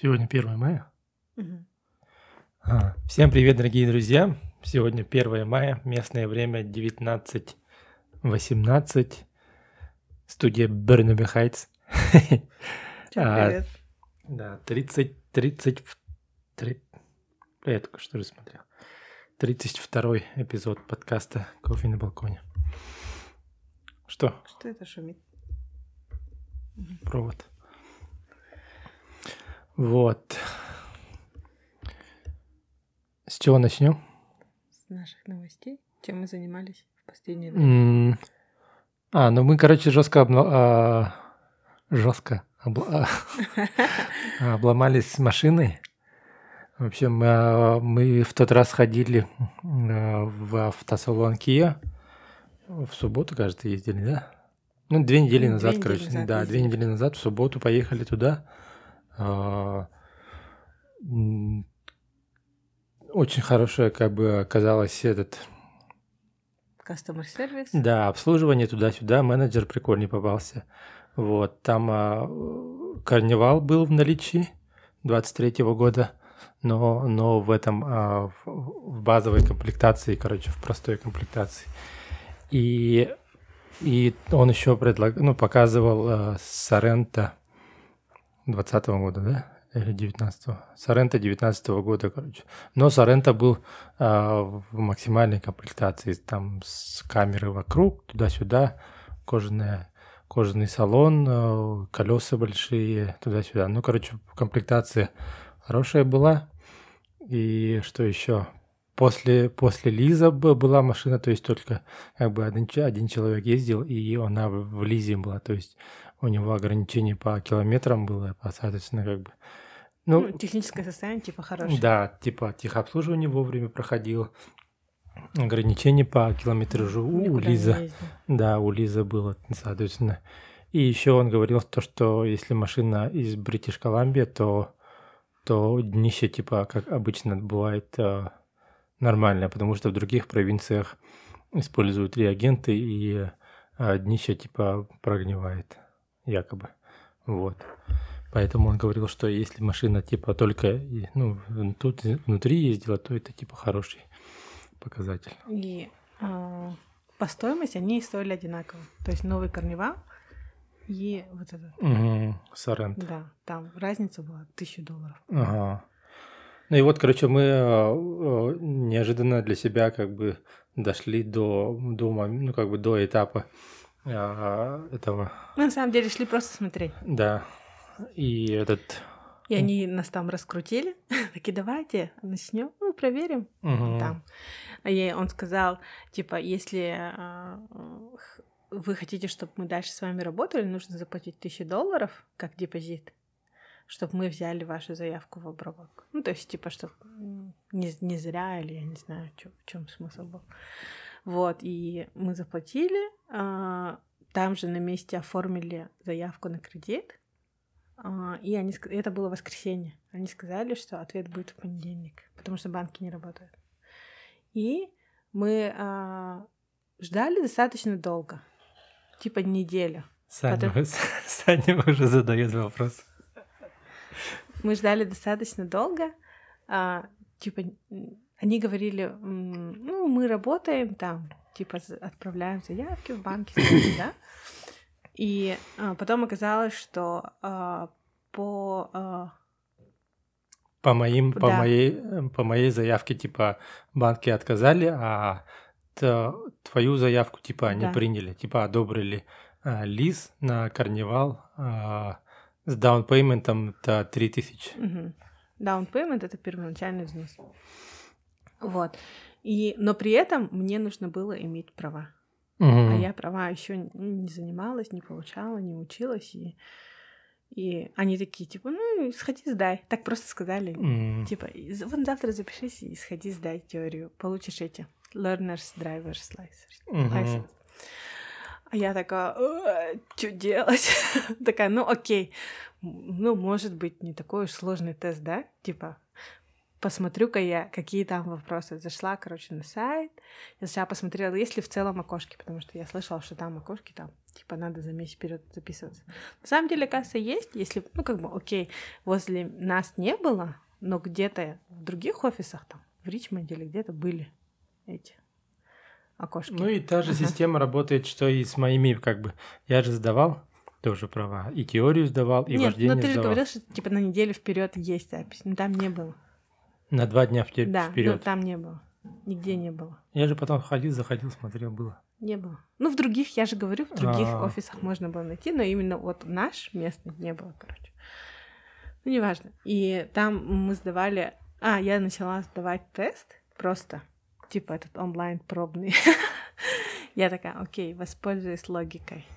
Сегодня 1 мая. Мгм. Всем привет, дорогие друзья. Сегодня 1 мая, местное время 19:18. Студия Burnaby Heights. Всем привет. Да, 30. Я только что же смотрел. 32-й эпизод подкаста «Кофе на балконе». Что? Что это шумит? Провод. Вот. С чего начнем? С наших новостей. Чем мы занимались в последнее время? Ну мы, короче, жестко обломались с машиной. В общем, мы в тот раз ходили в автосалон Kia. В субботу, кажется, ездили, да? 2 недели назад, короче. Да, 2 недели назад в субботу поехали туда. Очень хорошее, оказалось Customer service. Да, обслуживание туда-сюда, менеджер прикольный попался. Вот, там карнивал был в наличии 23-го года, но в этом, в базовой комплектации, в простой комплектации. И он еще показывал Sorento 20-го года, да? Или 19-го? Sorento 19-го года, Но Sorento был в максимальной комплектации, там с камерой вокруг, туда-сюда, кожаный салон, колеса большие, туда-сюда. Комплектация хорошая была. И что еще? После лиза была машина, то есть только один человек ездил, и она в лизе была, то есть у него ограничение по километрам было, соответственно, техническое состояние хорошее. Да, техобслуживание вовремя проходил, ограничение по километражу у Лиза. Да, у Лиза было, соответственно. И еще он говорил то, что если машина из British Columbia, то днище, как обычно бывает, нормальное, потому что в других провинциях используют реагенты, и днище прогнивает, якобы. Вот. Поэтому он говорил, что если машина только тут внутри ездила, то это хороший показатель. И по стоимости они стоили одинаково. То есть новый карнивал и вот этот. Sorento. Да, там разница была $1000. Ага. Ну и вот, мы неожиданно для себя дошли до этапа этого. Мы на самом деле шли просто смотреть. Да. И они нас там раскрутили. Такие, давайте начнем, проверим. Там. И он сказал, если вы хотите, чтобы мы дальше с вами работали, нужно заплатить $1000 как депозит, чтобы мы взяли вашу заявку в обработку. То есть, чтобы не зря, или я не знаю, в чем смысл был. Вот, и мы заплатили, там же на месте оформили заявку на кредит, и это было воскресенье. Они сказали, что ответ будет в понедельник, потому что банки не работают. И мы ждали достаточно долго, неделю. Саня уже задает вопрос. Мы ждали достаточно долго. Они говорили, мы работаем там, отправляем заявки в банки, да. И потом оказалось, что по моей заявке банки отказали, а твою заявку не приняли, одобрили лиз на карнивал с даунпейментом 3000. Даунпеймент — это первоначальный взнос. Вот. Но при этом мне нужно было иметь права. А я права еще не занималась, не получала, не училась. И они такие, сходи, сдай. Так просто сказали. Вот завтра запишись и сходи, сдай теорию. Получишь эти Learner's Driver's License. А я такая, что делать? Такая, окей. Может быть, не такой уж сложный тест, да? посмотрю-ка я, какие там вопросы. Зашла, короче, на сайт. Я сначала посмотрела, есть ли в целом окошки, потому что я слышала, что там окошки, там, типа, надо за месяц вперед записываться. На самом деле, кажется, есть, если, ну, как бы, окей, возле нас не было, но где-то в других офисах, там, в Ричмонде или где-то были эти окошки. Ну и та же система работает, что и с моими, как бы. Я же сдавал тоже права. И теорию сдавал, и вождение но ты же сдавал. говорил, что типа на неделю вперед есть запись. Но там не было. На 2 дня вперед. Да, но там не было. Нигде не было. Я же потом заходил, смотрел, было. Не было. Ну, в других, я же говорю, в других офисах можно было найти, но именно вот наш местный не было, короче. Ну, неважно. И там мы сдавали... я начала сдавать тест просто. Типа этот онлайн пробный. Я такая, окей, воспользуюсь логикой.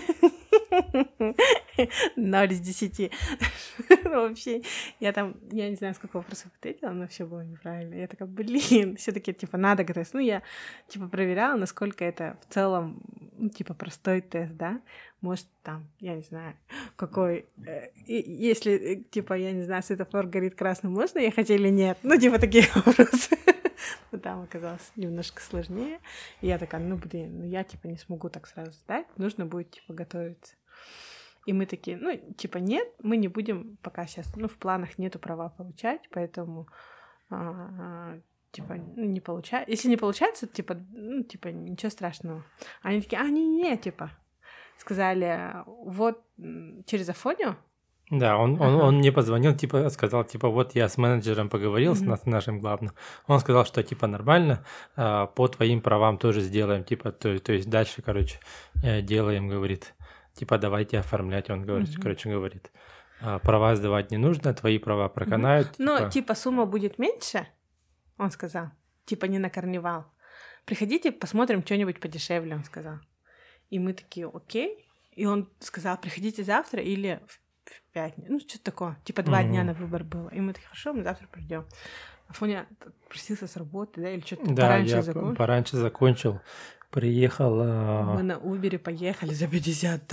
0 из 10. Вообще, я не знаю, сколько вопросов ответила, но все было неправильно. Я такая, все-таки, типа, надо готовиться. Ну, я, типа, проверяла, насколько это в целом, ну, типа, простой тест, да? Может, там, я не знаю, какой... Если, типа, я не знаю, светофор горит красным, можно ехать или нет? Ну, типа, такие вопросы. Но там оказалось немножко сложнее. И я такая, я, типа, не смогу так сразу сдать. Нужно будет, типа, готовиться. И мы такие, типа, нет, мы не будем пока сейчас, в планах нету права получать, поэтому, типа, не получается. Если не получается, типа, ничего страшного. Они такие, не, типа, сказали, вот, через Афоню. Да, он мне позвонил, типа, сказал, типа, вот я с менеджером поговорил, с нашим главным. Он сказал, что, типа, нормально, по твоим правам тоже сделаем, типа, то есть дальше, короче, делаем, говорит. Типа, давайте оформлять, он говорит, короче, говорит. Права сдавать не нужно, твои права проканают. Но, типа, сумма будет меньше, он сказал. Типа, не на карнивал. Приходите, посмотрим что-нибудь подешевле, он сказал. И мы такие, окей. И он сказал, приходите завтра или в пятницу. Ну, что-то такое. Типа, 2 дня на выбор было. И мы такие, хорошо, мы завтра придем. Афоня просился с работы, да, или что-то пораньше закончил? Да, я пораньше закончил. Приехал... Мы на Uber поехали за $50.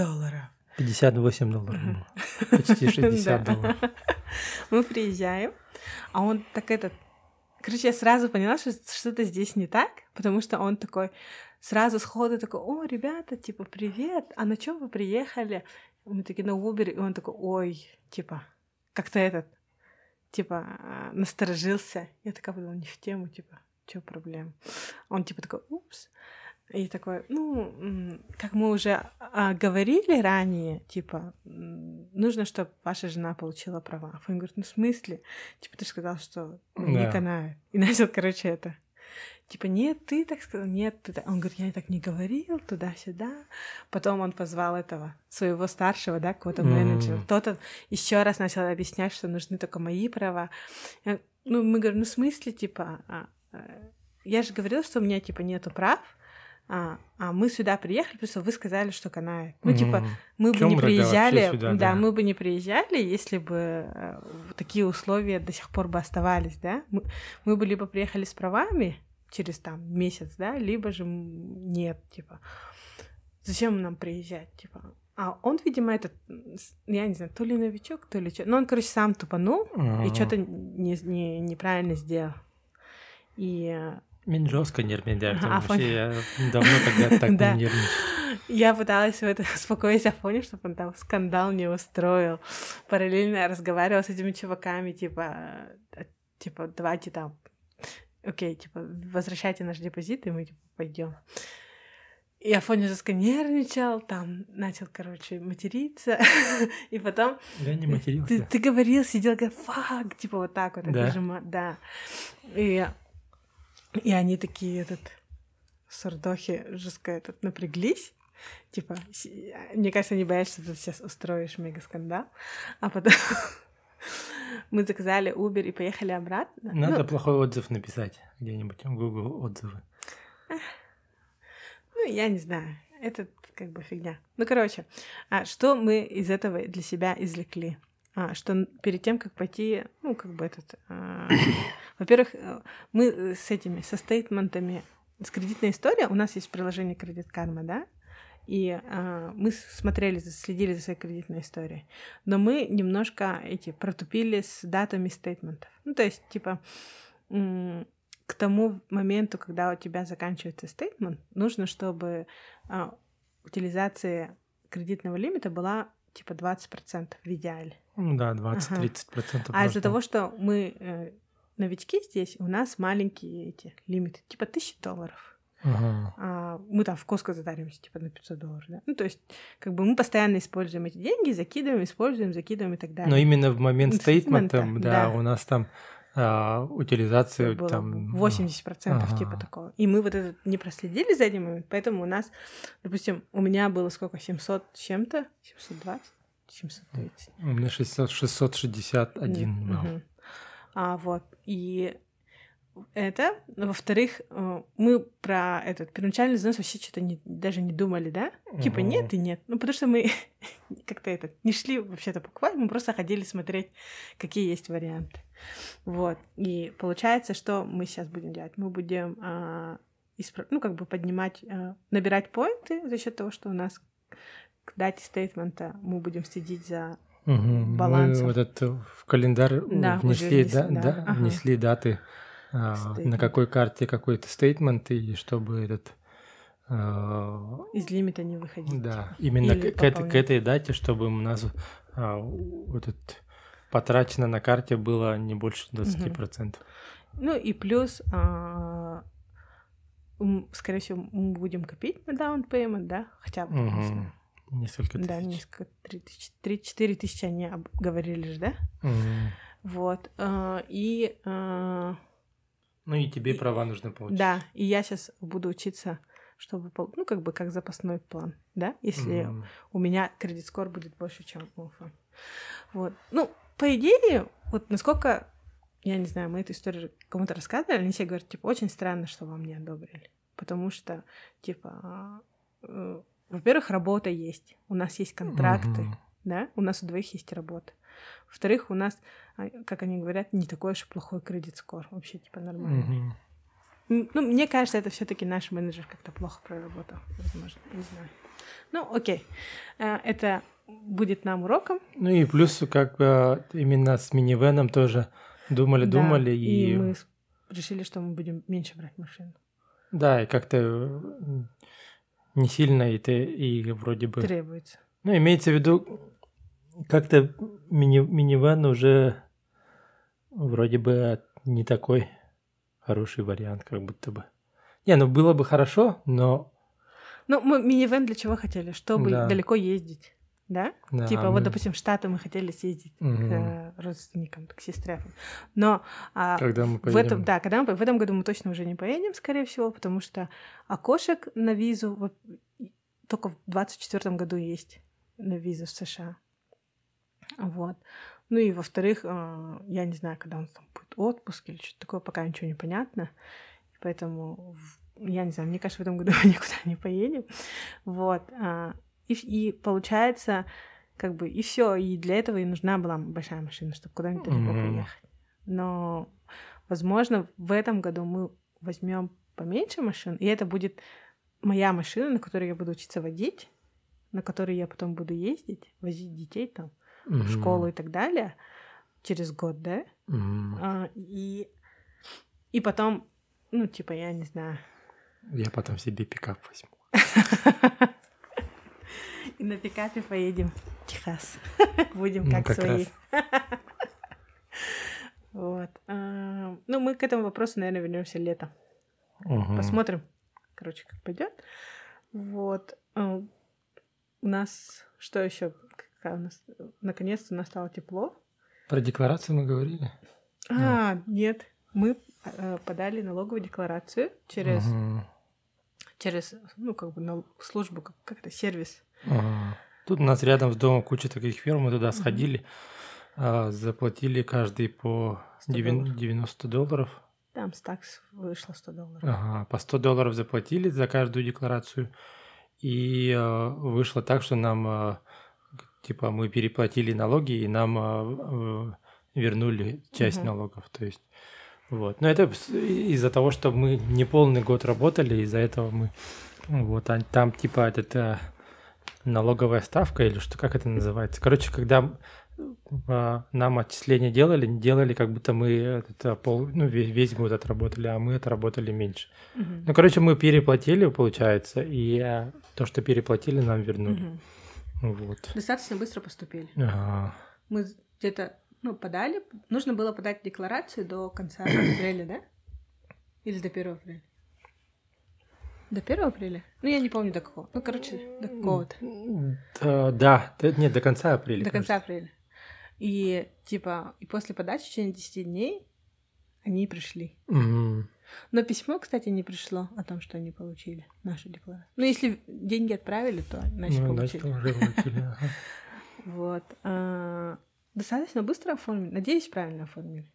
$58 было. Почти $60. Мы приезжаем, а он так Короче, я сразу поняла, что что-то здесь не так, потому что он такой сразу сходу такой, о, ребята, типа, привет, а на чем вы приехали? Мы такие на Uber, и он такой, ой, типа, как-то типа, насторожился. Я такая подумала, не в тему, типа, что проблема? Он типа такой, упс. И такой, как мы уже говорили ранее, типа, нужно, чтобы ваша жена получила права. Он говорит, в смысле? Типа, ты же сказал, что не канает. И начал, короче, типа, нет, ты так сказал, нет, ты так. Он говорит, я так не говорил, туда-сюда. Потом он позвал своего старшего, да, какого-то менеджера. Кто-то еще раз начал объяснять, что нужны только мои права. Мы говорим, в смысле, типа, я же говорила, что у меня, типа, нету прав, а мы сюда приехали, просто вы сказали, что канает. Типа, мы бы не приезжали, сюда, мы бы не приезжали, если бы такие условия до сих пор бы оставались, да. Мы бы либо приехали с правами через там месяц, да, либо же нет, типа. Зачем нам приезжать, типа? А он, видимо, я не знаю, то ли новичок, то ли что. Но он, короче, сам тупанул и что-то неправильно сделал. И... Мен жестко нервничаю, вообще я давно тогда так не нервничал. Я пыталась успокоить Афоню, чтобы он там скандал не устроил. Параллельно разговаривала с этими чуваками, типа, давайте там, окей, типа, возвращайте наш депозит, и мы, типа, пойдем. И Афоня жестко нервничал, там начал, короче, материться. И потом... Я не матерился. Ты говорил, сидел, говорил, фак, типа, вот так вот. Да. И они такие, сардохи жестко напряглись. Типа, мне кажется, они боятся, что ты сейчас устроишь мега-скандал. А потом мы заказали Uber и поехали обратно. Надо плохой отзыв написать где-нибудь в Google отзывы. Я не знаю. Это как бы фигня. Короче, что мы из этого для себя извлекли? Что перед тем, как пойти, во-первых, мы со стейтментами, с кредитной историей, у нас есть приложение Кредит Карма, да, и мы следили за своей кредитной историей. Но мы немножко протупили с датами стейтментов. Ну, то есть, типа, к тому моменту, когда у тебя заканчивается стейтмент, нужно, чтобы утилизация кредитного лимита была типа 20% в идеале. Ну да, 20-30%. А из-за того, что мы новички здесь, у нас маленькие эти лимиты, типа $1000. Мы там в Costco затаримся типа на $500, да? Ну, то есть, как бы мы постоянно используем эти деньги, закидываем, используем, закидываем и так далее. Но именно в момент стейтмента, да, у нас там утилизация было там 80% типа такого. И мы вот это не проследили за этим моментом, поэтому у нас, допустим, у меня было сколько? 700 с чем-то? 720? 730. У меня 661 был. Вот. И это, во-вторых, мы про этот первоначальный взнос вообще что-то даже не думали, да? Типа нет и нет. Ну, потому что мы как-то не шли вообще-то покупать, мы просто ходили смотреть, какие есть варианты. Вот. И получается, что мы сейчас будем делать? Мы будем, поднимать, набирать поинты за счет того, что у нас к дате стейтмента мы будем следить за балансом. Мы в календарь внесли даты, на какой карте какой-то стейтмент, и чтобы из лимита не выходить. Да, именно к этой дате, чтобы у нас потрачено на карте было не больше 20%. Ну и плюс, скорее всего, мы будем копить на down payment, да, хотя бы, не знаю. Несколько тысяч. Да, 3-4 тысячи они говорили же, да? Вот. Ну и тебе права нужно получить. Да, и я сейчас буду учиться, чтобы, как запасной план, да? Если у меня кредит-скор будет больше, чем у УФА. Вот. Ну, по идее, вот насколько, я не знаю, мы эту историю кому-то рассказывали, они все говорят, типа, очень странно, что вам не одобрили. Потому что, типа, во-первых, работа есть, у нас есть контракты, да, у нас у двоих есть работа. Во-вторых, у нас, как они говорят, не такой уж и плохой кредит-скор, вообще, типа, нормальный. Ну, мне кажется, это все-таки наш менеджер как-то плохо проработал, возможно, не знаю. Ну, окей, это будет нам уроком. Ну и плюс, как именно с минивеном тоже думали, и мы решили, что мы будем меньше брать машину. Да, и как-то не сильно и вроде бы... Требуется. Ну, имеется в виду, как-то минивэн уже вроде бы не такой хороший вариант, как будто бы. Не, ну было бы хорошо, но... Ну, мы минивэн для чего хотели? Чтобы далеко ездить, да? Типа, вот, допустим, в Штаты мы хотели съездить к родственникам, к сестре. Но когда мы поедем? В этом году мы точно уже не поедем, скорее всего, потому что окошек на визу только в 2024 году есть на визу в США. Вот. Ну и во-вторых, я не знаю, когда у нас там будет отпуск или что-то такое, пока ничего не понятно. Поэтому, я не знаю, мне кажется, в этом году мы никуда не поедем. Вот. И получается, как бы, и все. И для этого и нужна была большая машина, чтобы куда-нибудь далеко поехать. Но, возможно, в этом году мы возьмем поменьше машин, и это будет моя машина, на которой я буду учиться водить, на которой я потом буду ездить, возить детей там в школу и так далее через год, да? И потом, ну, типа, я не знаю. Я потом себе пикап возьму. И на пикапе поедем в Техас. Будем как свои. Вот. Ну, мы к этому вопросу, наверное, вернемся летом. Посмотрим, короче, как пойдет. Вот. У нас что еще? Наконец-то настало тепло. Про декларацию мы говорили? Нет. Мы подали налоговую декларацию через, ну, как бы, службу, как это, сервис. Тут у нас рядом с домом куча таких фирм, мы туда сходили, заплатили каждый по $90. Там с такс вышло $100. Ага, по $100 заплатили за каждую декларацию, и вышло так, что нам, типа, мы переплатили налоги, и нам вернули часть налогов, то есть, вот. Но это из-за того, что мы не полный год работали, из-за этого мы, вот, там, типа, налоговая ставка или что, как это называется? Короче, когда нам отчисления делали, как будто мы весь год отработали, а мы отработали меньше. Ну, короче, мы переплатили, получается, и то, что переплатили, нам вернули. Вот. Достаточно быстро поступили. Ага. Мы где-то, подали. Нужно было подать декларацию до конца апреля, да? Или до 1 апреля? До 1 апреля? Я не помню до какого. До какого-то. Нет, до конца апреля. До конца апреля. И после подачи в течение 10 дней они пришли. Но письмо, кстати, не пришло о том, что они получили нашу декларацию. Если деньги отправили, то значит получили. Уже получили. Вот. Достаточно быстро оформили. Надеюсь, правильно оформили.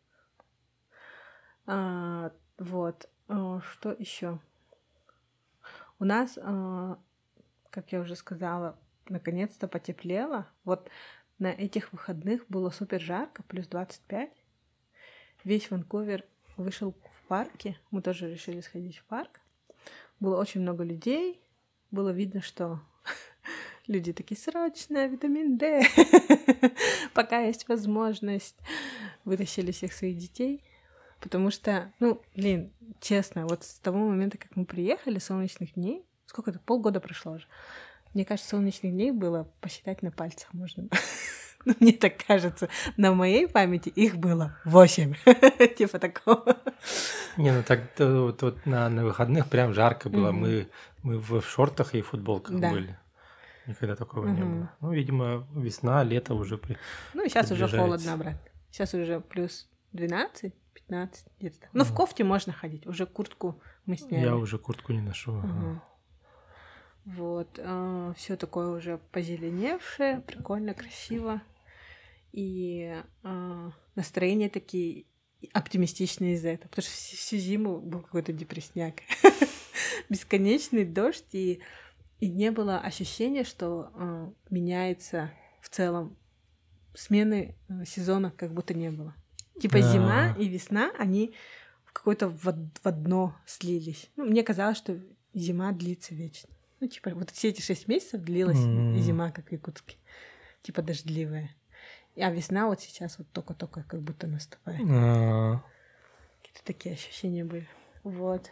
Вот. Что еще? У нас, как я уже сказала, наконец-то потеплело. Вот на этих выходных было супер жарко, плюс 25. Весь Ванкувер вышел в парке. Мы тоже решили сходить в парк. Было очень много людей. Было видно, что люди такие: срочно, витамин D. Пока есть возможность. Вытащили всех своих детей. Потому что, честно, вот с того момента, как мы приехали, солнечных дней, сколько это, полгода прошло уже. Мне кажется, солнечных дней было посчитать на пальцах можно. Мне так кажется. На моей памяти их было 8. Типа такого. Так вот на выходных прям жарко было. Мы в шортах и футболках были. Никогда такого не было. Видимо, весна, лето уже сейчас уже холодно, брат. Сейчас уже плюс 12, 15 где-то. В кофте можно ходить. Уже куртку мы сняли. Я уже куртку не ношу. Вот. Все такое уже позеленевшее, прикольно, красиво. И настроения такие оптимистичные из-за этого. Потому что всю зиму был какой-то депрессняк. Бесконечный дождь. И не было ощущения, что меняется в целом. Смены сезона как будто не было. Зима и весна, они в какое-то в одно слились. Мне казалось, что зима длится вечно. Вот все эти 6 месяцев длилась зима, как в Якутске. Дождливая. А весна вот сейчас вот только-только как будто наступает. Какие-то такие ощущения были. Вот.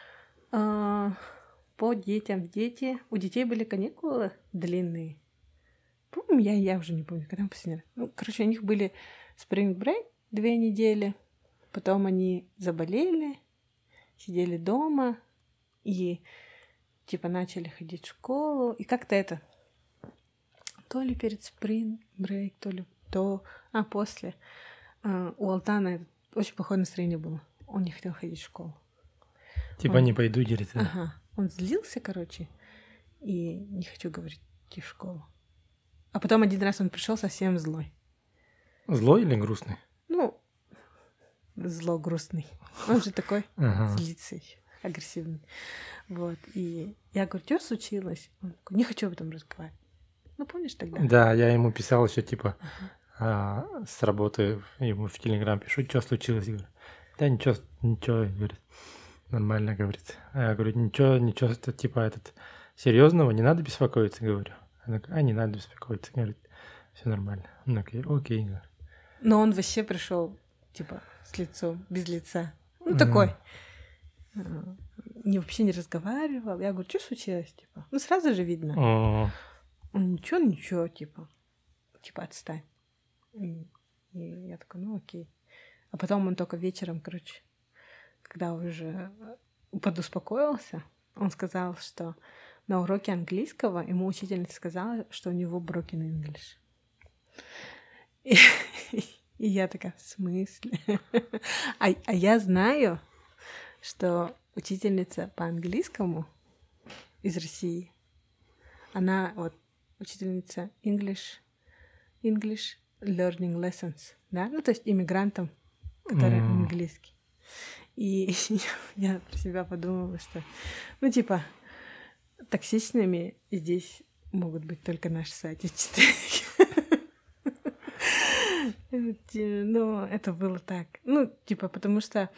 По детям. У детей были каникулы длинные. Помню, я уже не помню, когда мы последний раз. У них были spring break 2 недели. Потом они заболели, сидели дома и начали ходить в школу. И как-то это то ли перед spring break, после. У Алтана очень плохое настроение было. Он не хотел ходить в школу. Не пойду, говорит. Ага. Он злился, и не хочу, говорить, идти в школу. А потом один раз он пришел совсем злой. Злой или грустный? Зло-грустный. Он же такой злится ещё, агрессивный. Вот. И я говорю: что случилось? Он такой: не хочу об этом разговаривать. Помнишь тогда? Да, я ему писал еще с работы, ему в Телеграм пишу: что случилось? Я говорю: да ничего, говорит, нормально, говорит. А я говорю: ничего, серьезного, не надо беспокоиться, говорю. Она говорит: не надо беспокоиться, говорит, все нормально. Окей, говорю. Но он вообще пришел с лицом, без лица. Такой. Вообще не разговаривал. Я говорю: что случилось? Сразу же видно. Он: ничего, отстань. И я такая: окей. А потом он только вечером, когда уже подуспокоился, он сказал, что на уроке английского ему учительница сказала, что у него broken English. И я такая: в смысле? А я знаю, что учительница по английскому из России, она учительница English Learning Lessons, да? То есть иммигрантам, которые английский. И я про себя подумала, что, токсичными здесь могут быть только наши соотечественники. Это было так. Потому что,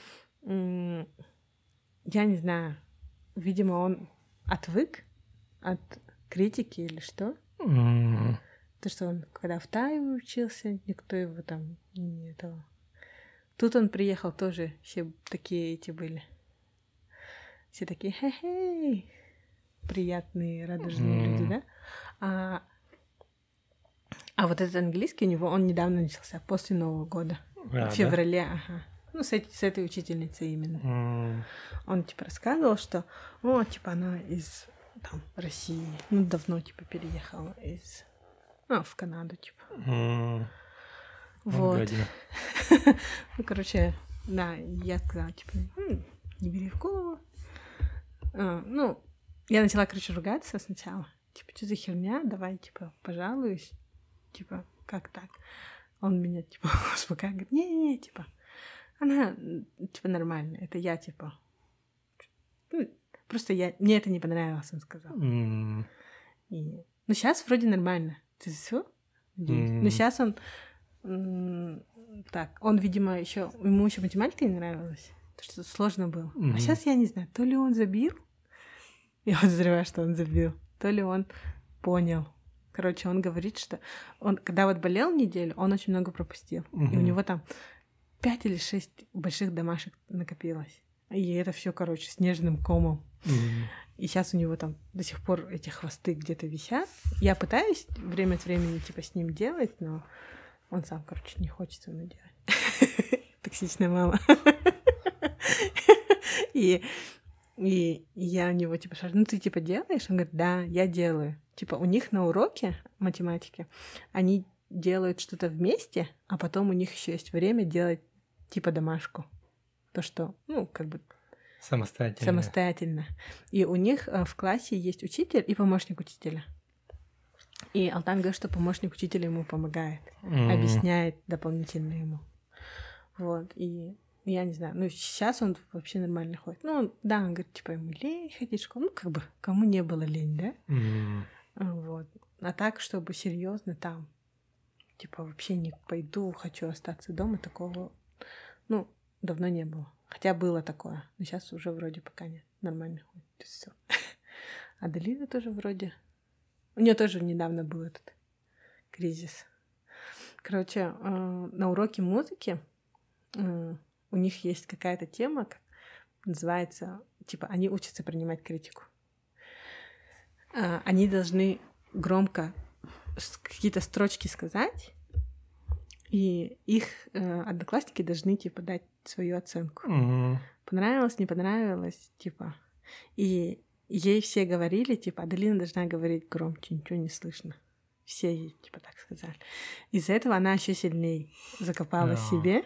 я не знаю, видимо, он отвык от критики или что. То, что он, когда в Тае учился, никто его там не этого. Тут он приехал, тоже все такие эти были. Все такие, хе-хей, приятные, радужные люди, да? А вот этот английский у него, он недавно начался, после Нового года. В феврале, ага. Ну, с этой учительницей именно. Он, типа, рассказывал, что, типа, она из, там, России, ну, давно, типа, переехала в Канаду, типа. Вот. Ну, короче, да, я сказала, типа, не бери в голову. Ну, я начала, короче, ругаться сначала. Типа, что за херня? Давай, типа, пожалуюсь. Типа, как так? Он меня, типа, успокаивает. Говорит, не-не-не, типа, она, типа, нормальная. Это я, типа... Просто мне это не понравилось, он сказал. Ну, сейчас вроде нормально. Ты все? Но сейчас он... Так, он, видимо, ему еще математика не нравилась. Потому что сложно было. А сейчас я не знаю, то ли он забил, я подозреваю, что он забил, то ли он понял. Короче, он говорит, что он, когда вот болел неделю, он очень много пропустил. И у него там 5 или 6 больших домашек накопилось. И это все, короче, снежным комом. И сейчас у него там до сих пор эти хвосты где-то висят. Я пытаюсь время от времени, типа, с ним делать, но он сам, короче, не хочет со мной делать. Токсичная мама. И я у него, типа, спрашиваю, ну, ты, типа, делаешь? Он говорит, да, я делаю. Типа, у них на уроке математики они делают что-то вместе, а потом у них еще есть время делать, типа, домашку. То, что, ну, как бы... Самостоятельно. И у них в классе есть учитель и помощник учителя. И Алтан говорит, что помощник учителя ему помогает, объясняет дополнительно ему. Вот, и я не знаю, ну, сейчас он вообще нормально ходит. Ну, да, он говорит, типа, ему лень ходить в школу. Ну, как бы, кому не было лень, да? Вот. А так, чтобы серьезно там, типа, вообще не пойду, хочу остаться дома, такого, ну, давно не было. Хотя было такое, но сейчас уже вроде пока нет. Нормально ходит, всё. А Далина тоже вроде... У нее тоже недавно был этот кризис. Короче, на уроке музыки у них есть какая-то тема, называется, типа, они учатся принимать критику. Они должны громко какие-то строчки сказать, и их одноклассники должны, типа, дать свою оценку. Понравилось, не понравилось, типа. И ей все говорили, типа, Аделина должна говорить громче, ничего не слышно. Все ей, типа, так сказали. Из-за этого она еще сильнее закопала себе.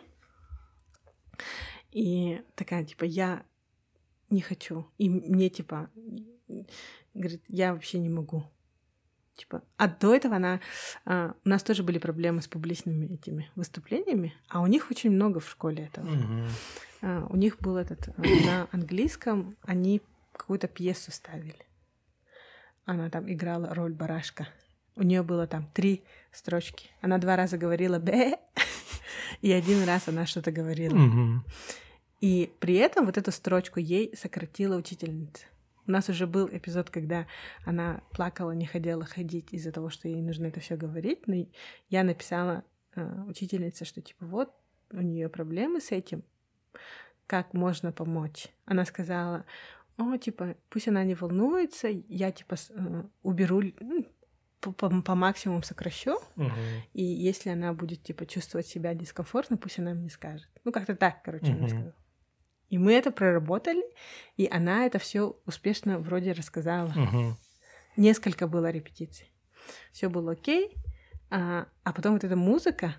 И такая, типа, я не хочу. И мне, типа, говорит, я вообще не могу. Типа, а до этого у нас тоже были проблемы с публичными этими выступлениями, а у них очень много в школе этого. У них был на английском, они какую-то пьесу ставили. Она там играла роль барашка. У нее было там 3 строчки. Она 2 раза говорила «бе», и 1 раз она что-то говорила. И при этом вот эту строчку ей сократила учительница. У нас уже был эпизод, когда она плакала, не хотела ходить из-за того, что ей нужно это все говорить. Но я написала учительнице, что типа вот у нее проблемы с этим, как можно помочь. Она сказала, типа, пусть она не волнуется, я типа уберу, по максимуму сокращу, и если она будет типа чувствовать себя дискомфортно, пусть она мне скажет. Ну как-то так, короче, она сказала. И мы это проработали, и она это все успешно вроде рассказала. Несколько было репетиций. Все было окей. А потом вот эта музыка,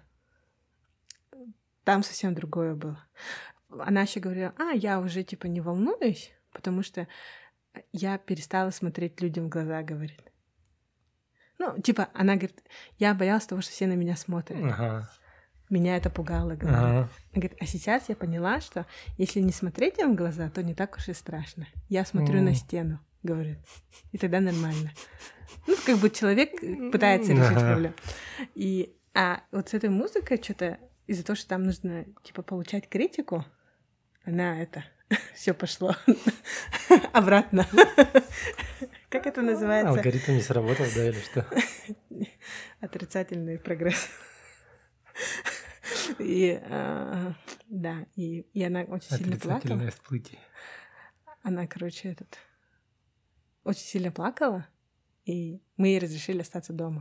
там совсем другое было. Она еще говорила, я уже типа не волнуюсь, потому что я перестала смотреть людям в глаза, говорит. Ну, типа, она говорит, я боялась того, что все на меня смотрят. Меня это пугало, говорит. Она говорит, а сейчас я поняла, что если не смотреть им в глаза, то не так уж и страшно. Я смотрю на стену, говорит, и тогда нормально. Ну, как бы человек пытается решить проблему. А вот с этой музыкой что-то из-за того, что там нужно, типа, получать критику, она все пошло обратно. Как это называется? Алгоритм не сработал, да, или что? Отрицательный прогресс. И да, и она очень сильно плакала. Отрицательное всплытие. Она, короче, очень сильно плакала, и мы ей разрешили остаться дома.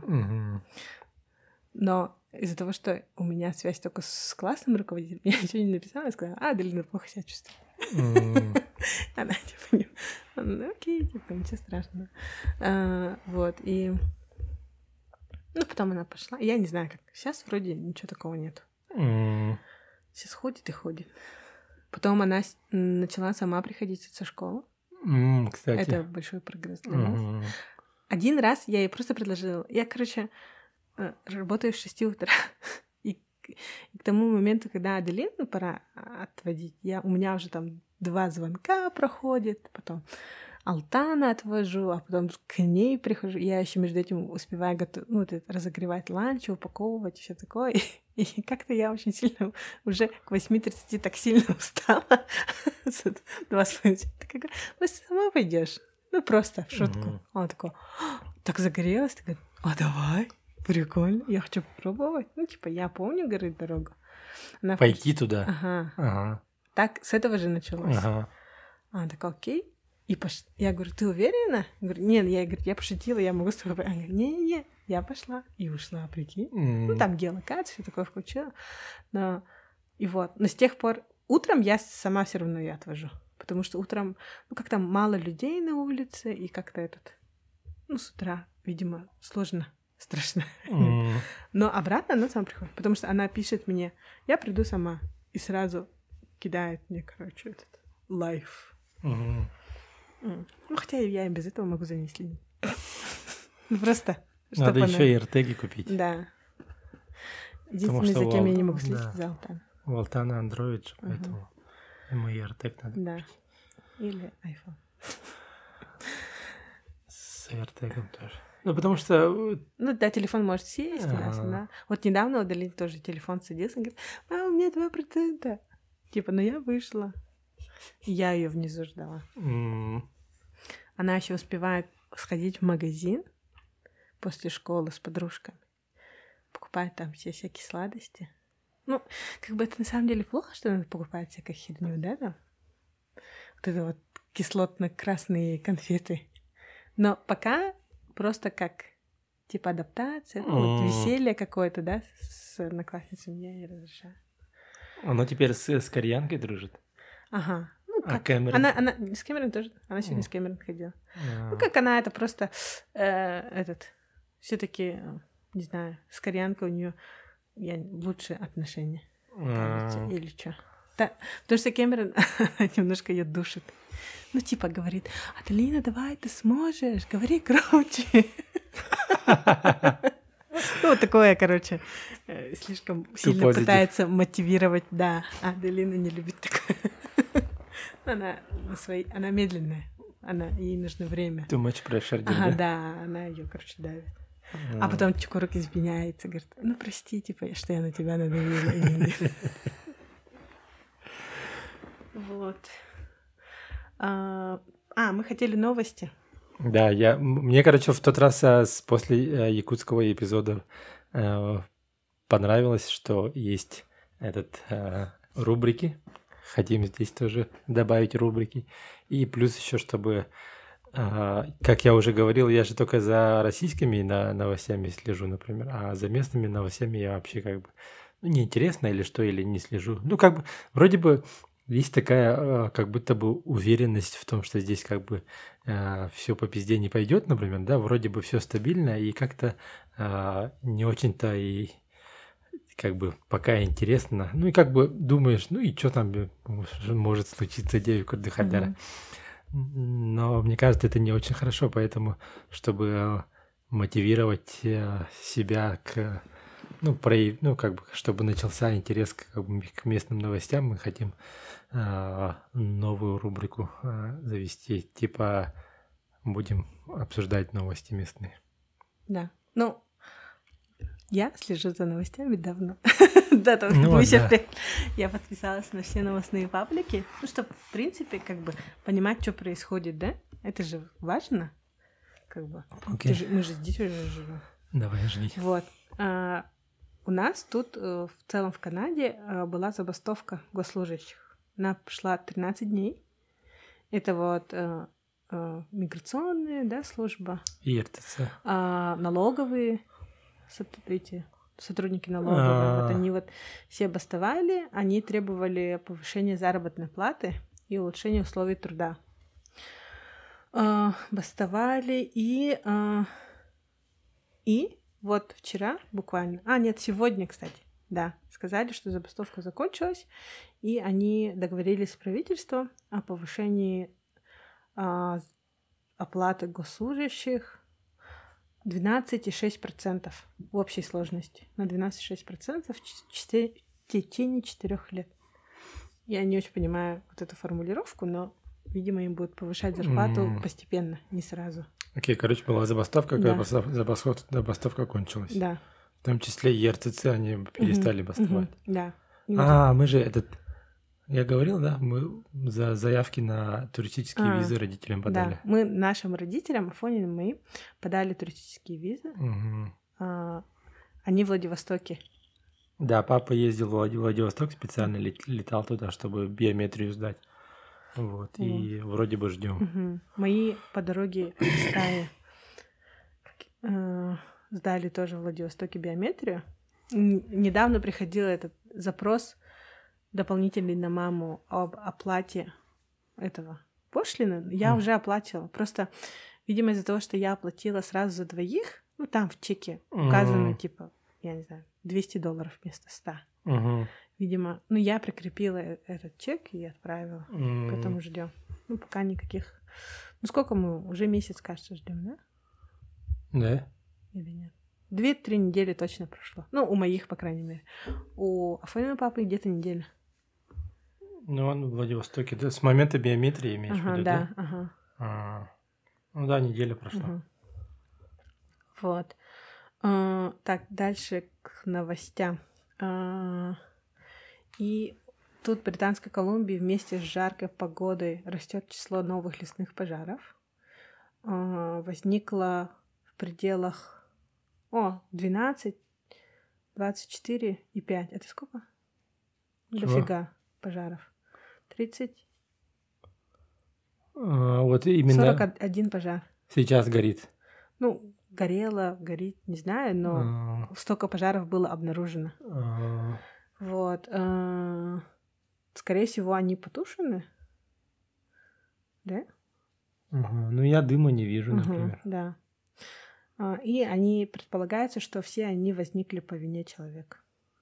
Но из-за того, что у меня связь только с классным руководителем, я ничего не написала, я сказала: Аделина плохо себя чувствует. Она типа не... окей, типа, ничего страшного. Вот, и... Ну, потом она пошла. Я не знаю, как. Сейчас вроде ничего такого нет. Сейчас ходит и ходит. Потом она начала сама приходить со школы. Кстати. Это большой прогресс для нас. Один раз я ей просто предложила. Я, короче, работаю с 6 утра. И к тому моменту, когда Аделину пора отводить, у меня уже там 2 звонка проходит, потом Алтана отвожу, а потом к ней прихожу. Я еще между этим успеваю разогревать ланч, упаковывать, все такое. И как-то я очень сильно уже к 8:30 так сильно устала. 2,5 часа. Ты сама пойдешь. Ну, просто в шутку. Она такая: так загорелась. Ты говоришь: давай, прикольно, я хочу попробовать. Ну, типа, я помню, говорит, дорогу. Она пойти туда? Ага. Так, с этого же началось. Она такая: окей. И я говорю: ты уверена? Я говорю: нет, я пошутила, я могу с тобой. Она говорит: не, я пошла. И ушла, прикинь. Ну, там геолокацию, все такое включила. Но с тех пор утром я сама все равно ее отвожу. Потому что утром, как-то мало людей на улице, и как-то с утра, видимо, сложно, страшно. Но обратно она сама приходит, потому что она пишет мне: я приду сама. И сразу кидает мне, короче, лайф. Ну, хотя я и без этого могу за ней следить. Просто. Надо еще и РТГи купить. Да. Единственное, за кем я не могу следить, за Алтан. У Алтана Android же, поэтому ему и РТГ надо купить. Или iPhone. С РТГом тоже. Ну, потому что... Ну, да, телефон может сесть, да. Вот недавно удалили тоже телефон, садился, говорит: у меня 2%. Типа, я вышла. Я ее внизу ждала. Она еще успевает сходить в магазин после школы с подружками. Покупает там все всякие сладости. Ну, это на самом деле плохо, что она покупает всякую херню, да, там? Вот это вот кислотно-красные конфеты. Но пока просто как, типа, адаптация, веселье какое-то, да, с одноклассницами я ей разрешаю. Она теперь с кореянкой дружит? Ага. Кэмерон? Она с Кэмерон тоже. Она сегодня с Кэмерон ходила. Ну, как она это просто все-таки, не знаю, с кореянкой у нее лучшие отношения. Или что? Да, потому что Кэмерон немножко ее душит. Ну, типа, говорит: Аделина, давай, ты сможешь, говори громче. Ну, вот такое, короче, слишком сильно пытается мотивировать. Да, Аделина не любит такое. Она медленная, ей нужно время. Too much pressure, да? Да, она ее, короче, давит. А потом Чукурок извиняется, говорит: ну, прости, типа, что я на тебя надавила. Вот. Мы хотели новости. Да, мне, короче, в тот раз после якутского эпизода понравилось, что есть рубрики. Хотим здесь тоже добавить рубрики. И плюс еще, чтобы, как я уже говорил, я же только за российскими новостями слежу, например, а за местными новостями я вообще неинтересно или что, или не слежу. Ну, вроде бы есть такая, как будто бы уверенность в том, что здесь все по пизде не пойдет, например, да, вроде бы все стабильно, и как-то не очень-то и пока интересно. Ну и думаешь, ну и что там может случиться, девик Дыхадяра. Но мне кажется, это не очень хорошо, поэтому, чтобы мотивировать себя чтобы начался интерес к местным новостям, мы хотим новую рубрику завести, типа будем обсуждать новости местные. Да, я слежу за новостями давно. Я подписалась на все новостные паблики, чтобы, в принципе, понимать, что происходит, да? Это же важно. как бы. Okay. Мы же здесь уже живем. Давай, жги. Вот. У нас тут в целом в Канаде была забастовка госслужащих. Она шла 13 дней. Это вот миграционная, да, служба. И РТЦ. Налоговые, эти сотрудники налоговые. Вот они вот все бастовали, они требовали повышения заработной платы и улучшения условий труда. Бастовали и вот вчера буквально... сегодня, кстати, да, сказали, что забастовка закончилась, и они договорились с правительством о повышении оплаты госслужащих 12,6% в общей сложности. На 12,6% в течение 4 лет. Я не очень понимаю вот эту формулировку, но, видимо, им будут повышать зарплату постепенно, не сразу. Окей, короче, была забастовка, когда забастовка кончилась. Да. В том числе и РТЦ они перестали бастовать. Да. Мы же я говорил, да? Мы за заявки на туристические визы родителям подали. Да, мы нашим родителям, Афонин, мы подали туристические визы. Они в Владивостоке. Да, папа ездил в Владивосток, специально летал туда, чтобы биометрию сдать. Вот, и вроде бы ждем. Мои по дороге из Тая сдали тоже в Владивостоке биометрию. Недавно приходил этот запрос дополнительный на маму об оплате этого пошлины. Я уже оплатила. Просто, видимо, из-за того, что я оплатила сразу за двоих, там в чеке указано, типа, я не знаю, $200 вместо 100. Видимо, я прикрепила этот чек и отправила. Поэтому ждем. Пока никаких. Сколько мы? Уже месяц, кажется, ждем, да? Да. Или нет? 2-3 недели точно прошло. У моих, по крайней мере. У Афонина папы где-то неделя. Он в Владивостоке. С момента биометрии имеешь в виду, да? Да, неделя прошла. Вот. Так, дальше к новостям. И тут в Британской Колумбии вместе с жаркой погодой растет число новых лесных пожаров. Возникло в пределах 12, 24 и 5. Это сколько? Дофига пожаров. 30. Вот именно. 41 пожар. Сейчас горит. Горит, не знаю, но столько пожаров было обнаружено. Вот. Скорее всего, они потушены. Да? Я дыма не вижу, например. Да. И они предполагается, что все они возникли по вине человека.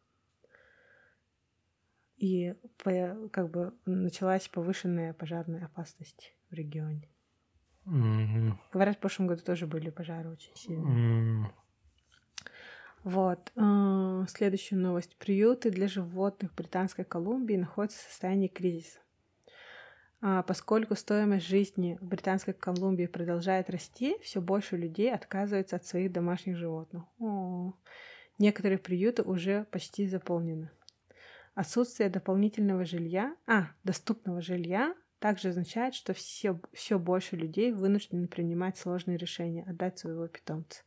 И началась повышенная пожарная опасность в регионе. Говорят, в прошлом году тоже были пожары очень сильные. Вот. Следующая новость. Приюты для животных в Британской Колумбии находятся в состоянии кризиса. Поскольку стоимость жизни в Британской Колумбии продолжает расти, все больше людей отказываются от своих домашних животных. Некоторые приюты уже почти заполнены. Отсутствие дополнительного жилья, доступного жилья, также означает, что все больше людей вынуждены принимать сложные решения, отдать своего питомца.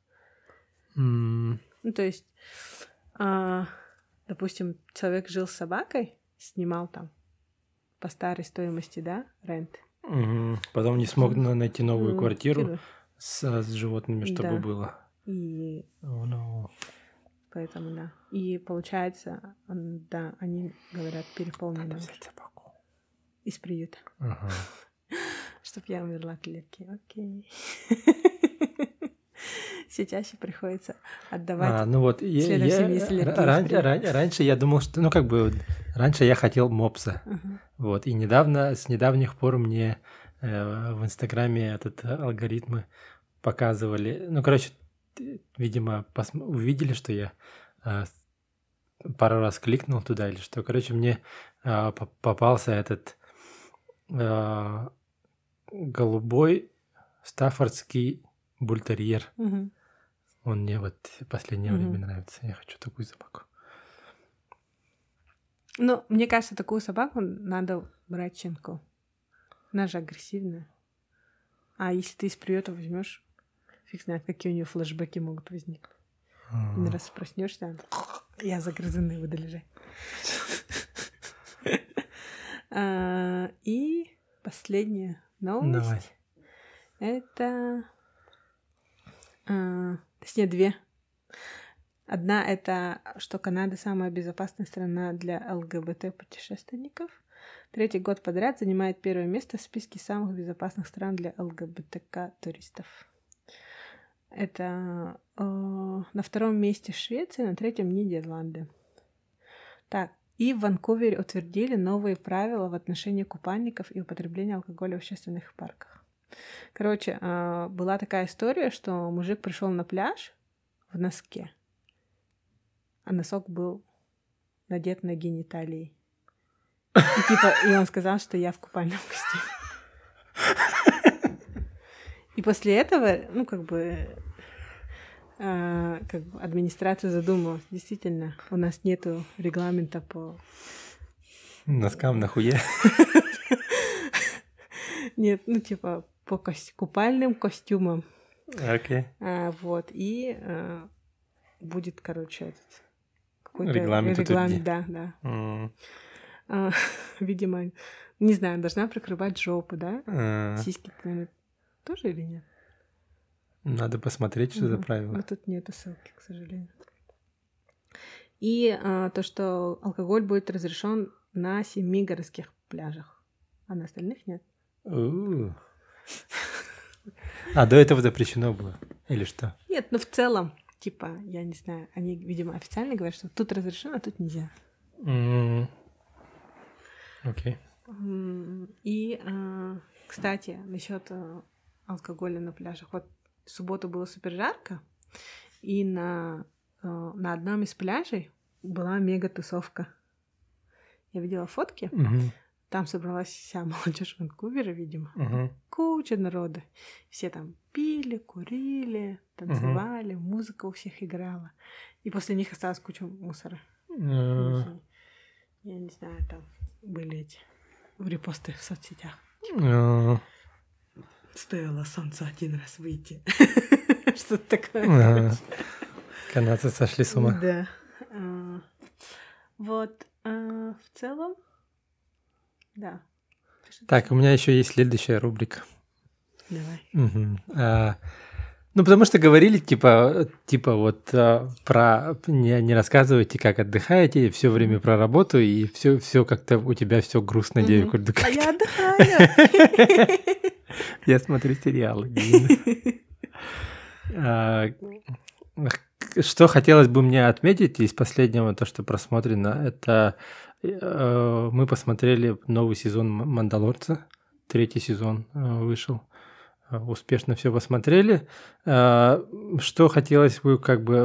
То есть, допустим, человек жил с собакой, снимал там по старой стоимости, да, рент. Потом не смог найти новую квартиру с животными, чтобы было. И поэтому, да. И получается, да, они говорят, переполнены. Надо взять собаку. Из приюта. Чтоб я умерла от легких. Окей. Все чаще приходится отдавать следующим, если раньше я думал, что, раньше я хотел мопса. Вот, и с недавних пор мне в Инстаграме алгоритмы показывали, видимо, увидели, что я пару раз кликнул туда или что. Мне попался этот голубой стаффордский бультерьер. Он мне в последнее время нравится. Я хочу такую собаку. Мне кажется, такую собаку надо брать щенку. Она же агрессивная. А если ты из приюта возьмешь, фиг знает, какие у нее флешбеки могут возникнуть. Один раз проснешься, я загрызанный буду лежать. И последняя новость. Это... Точнее, две. Одна — это, что Канада самая безопасная страна для ЛГБТ-путешественников. 3-й год подряд занимает первое место в списке самых безопасных стран для ЛГБТК-туристов. Это на 2-м месте Швеция, на 3-м Нидерланды. Так, и в Ванкувере утвердили новые правила в отношении купальников и употребления алкоголя в общественных парках. Короче, была такая история, что мужик пришел на пляж в носке, а носок был надет на гениталии. И он сказал, что я в купальном костюме. И после этого, администрация задумалась, действительно, у нас нету регламента по... Носкам нахуя? Нет, по купальным костюмам. Окей. Вот, и будет, какой-то регламент, да. Видимо, не знаю, должна прикрывать жопу, да? Сиськи, наверное, тоже или нет? Надо посмотреть, что за правило. Но тут нету ссылки, к сожалению. И то, что алкоголь будет разрешен на 7 городских пляжах, а на остальных нет. А до этого запрещено было? Или что? Нет, в целом, я не знаю, они, видимо, официально говорят, что тут разрешено, а тут нельзя. Окей. И, кстати, насчет алкоголя на пляжах. Вот в субботу было супер жарко, и на одном из пляжей была мега-тусовка. Я видела фотки. Там собралась вся молодежь Ванкувера, видимо. Куча народа. Все там пили, курили, танцевали, музыка у всех играла. И после них осталась куча мусора. Я не знаю, там были эти репосты в соцсетях. Стоило солнцу один раз выйти. Что-то такое. Канадцы сошли с ума. Да. Вот. В целом, да. Так, у меня еще есть следующая рубрика. Давай. Потому что говорили, про не рассказывайте, как отдыхаете, все время про работу, и все как-то у тебя все грустно, девушка. А я отдыхаю. Я смотрю сериалы. Что хотелось бы мне отметить из последнего, то, что просмотрено, это мы посмотрели новый сезон «Мандалорца», 3-й сезон вышел. Успешно все посмотрели. Что хотелось бы,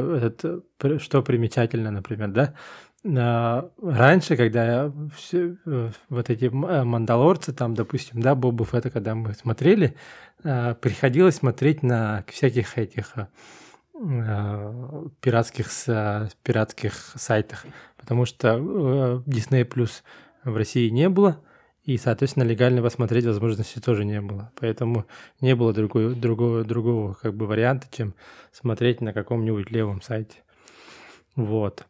что примечательно, например, да? Раньше, когда вот эти «Мандалорцы», там, допустим, да, Боба Фетта, когда мы смотрели, приходилось смотреть на всяких этих пиратских сайтах, потому что Disney Plus в России не было, и, соответственно, легально посмотреть возможности тоже не было. Поэтому не было другого варианта, чем смотреть на каком-нибудь левом сайте. Вот.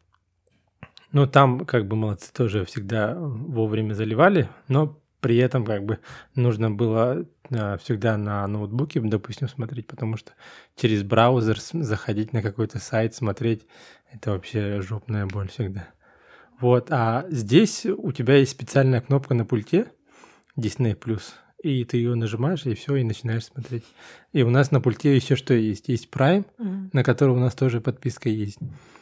Там молодцы тоже всегда вовремя заливали, но при этом нужно было всегда на ноутбуке, допустим, смотреть, потому что через браузер заходить на какой-то сайт, смотреть, это вообще жопная боль всегда. Вот, а здесь у тебя есть специальная кнопка на пульте Disney+, и ты ее нажимаешь, и все, и начинаешь смотреть. И у нас на пульте еще что есть? Есть Prime, на который у нас тоже подписка есть,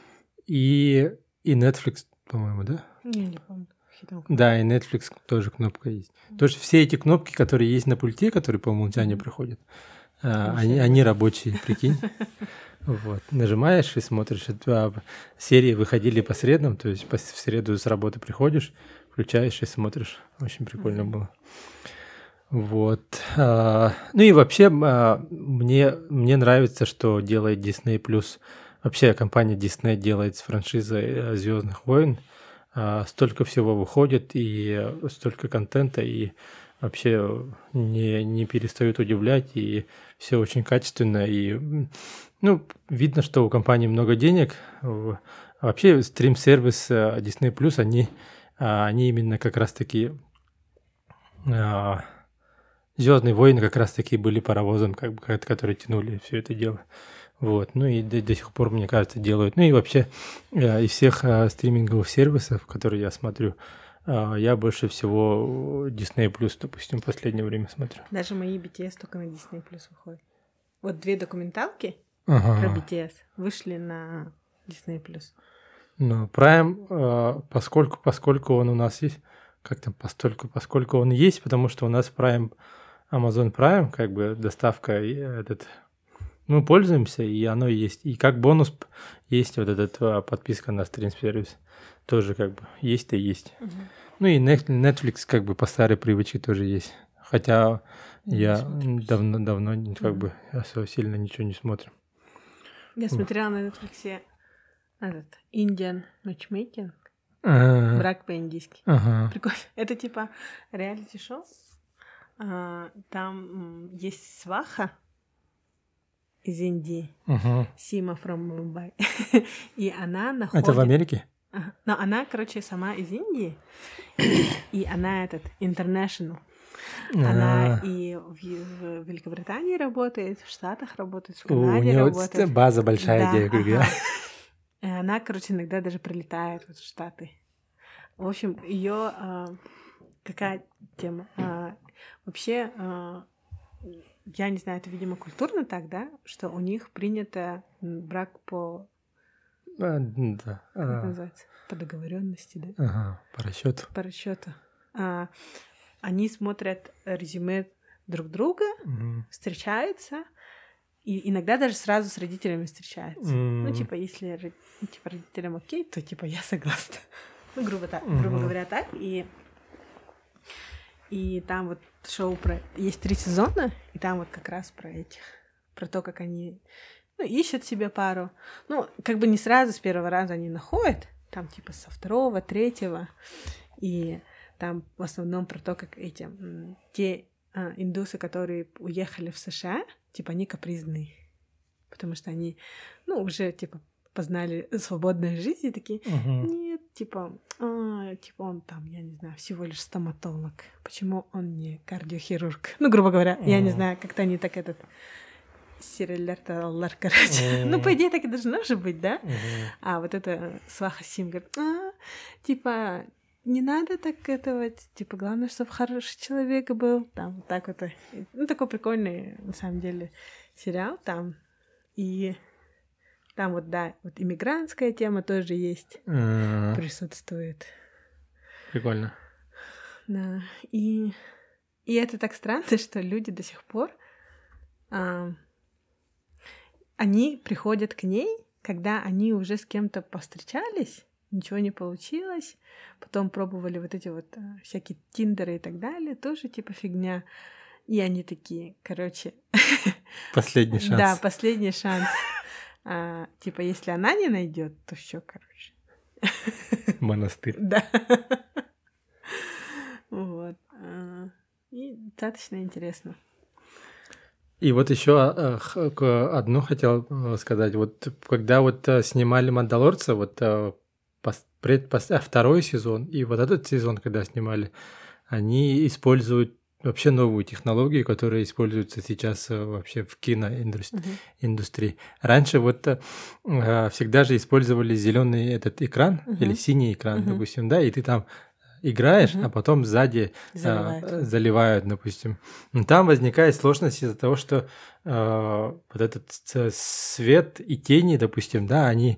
и Netflix, по-моему, да? Не помню. Да, и Netflix тоже кнопка есть. То есть все эти кнопки, которые есть на пульте, которые по умолчанию приходят, они рабочие, прикинь. Вот. Нажимаешь и смотришь. Серии выходили по средам, то есть в среду с работы приходишь, включаешь и смотришь. Очень прикольно было. Вот. И вообще мне нравится, что делает Disney+. Вообще компания Disney делает с франшизой «Звездных войн». Столько всего выходит, и столько контента, и вообще не перестают удивлять, и все очень качественно, и, ну, видно, что у компании много денег. Вообще, стрим-сервис Disney+, они именно как раз-таки... «Звездные войны» как раз-таки были паровозом, как бы, которые тянули все это дело. Вот. Ну и до сих пор, мне кажется, делают. Ну и вообще из всех стриминговых сервисов, которые я смотрю, я больше всего Disney+, допустим, в последнее время смотрю. Даже мои BTS только на Disney+ выходят. Вот 2 документалки про BTS вышли на Disney+. Ну, Prime, поскольку он у нас есть, как там, поскольку он есть, потому что у нас Prime, Amazon Prime, как бы доставка, мы пользуемся, и оно есть. И как бонус есть вот эта подписка на стрим-сервис. Тоже как бы есть-то есть. Угу. Ну и Netflix как бы по старой привычке тоже есть. Хотя я давно как бы особо сильно ничего не смотрю. Я смотрела на Netflix Indian Matchmaking. Брак по-индийски. Прикольно. Это типа реалити-шоу. Там есть сваха из Индии. Сима from Mumbai. И она находит... Это в Америке? Но она, короче, сама из Индии. И она international. Она и в Великобритании работает, в Штатах работает, в Канаде работает. У нее база большая, где. И она, короче, иногда даже прилетает в Штаты. В общем, ее какая тема? Вообще, я не знаю, это, видимо, культурно так, да, что у них принято брак по... Да. Как это называется? По договоренности, да? Ага, по расчету. По расчету. Они смотрят резюме друг друга, встречаются, и иногда даже сразу с родителями встречаются. Ну, типа, если родителям окей, то, типа, я согласна. Ну, грубо говоря, так. И там вот шоу есть 3 сезона, и там вот как раз про то, как они ищут себе пару. Ну, как бы не сразу, с первого раза они находят, там типа со 2-го, 3-го, и там в основном про то, как те индусы, которые уехали в США, типа они капризные, потому что они, уже типа познали свободную жизнь и такие, нет, типа он там, я не знаю, всего лишь стоматолог. Почему он не кардиохирург? Ну, грубо говоря, я не знаю, как-то они так сериалерталар, короче. Ну, по идее, так и должно же быть, да? А вот это сваха Сим говорит, типа, не надо так этого, типа, главное, чтобы хороший человек был. Там вот так вот. Ну, такой прикольный, на самом деле, сериал там. И там вот, да, вот иммигрантская тема тоже есть, присутствует. Прикольно. Да, и это так странно, что люди до сих пор, они приходят к ней, когда они уже с кем-то повстречались, ничего не получилось, потом пробовали вот эти вот всякие тиндеры и так далее, тоже типа фигня. И они такие, короче... Последний шанс. Да, последний шанс. Типа, если она не найдет, то все, короче. Монастырь. Да. Вот. И достаточно интересно. И вот еще одну хотел сказать. Вот когда вот снимали «Мандалорца», вот второй сезон и вот этот сезон, когда снимали, они используют вообще новую технологию, которая используется сейчас вообще в киноиндустрии. Раньше вот всегда же использовали зеленый этот экран или синий экран, допустим, да, и ты там играешь, а потом сзади заливают, допустим. Но там возникает сложность из-за того, что вот этот свет и тени, допустим, да, они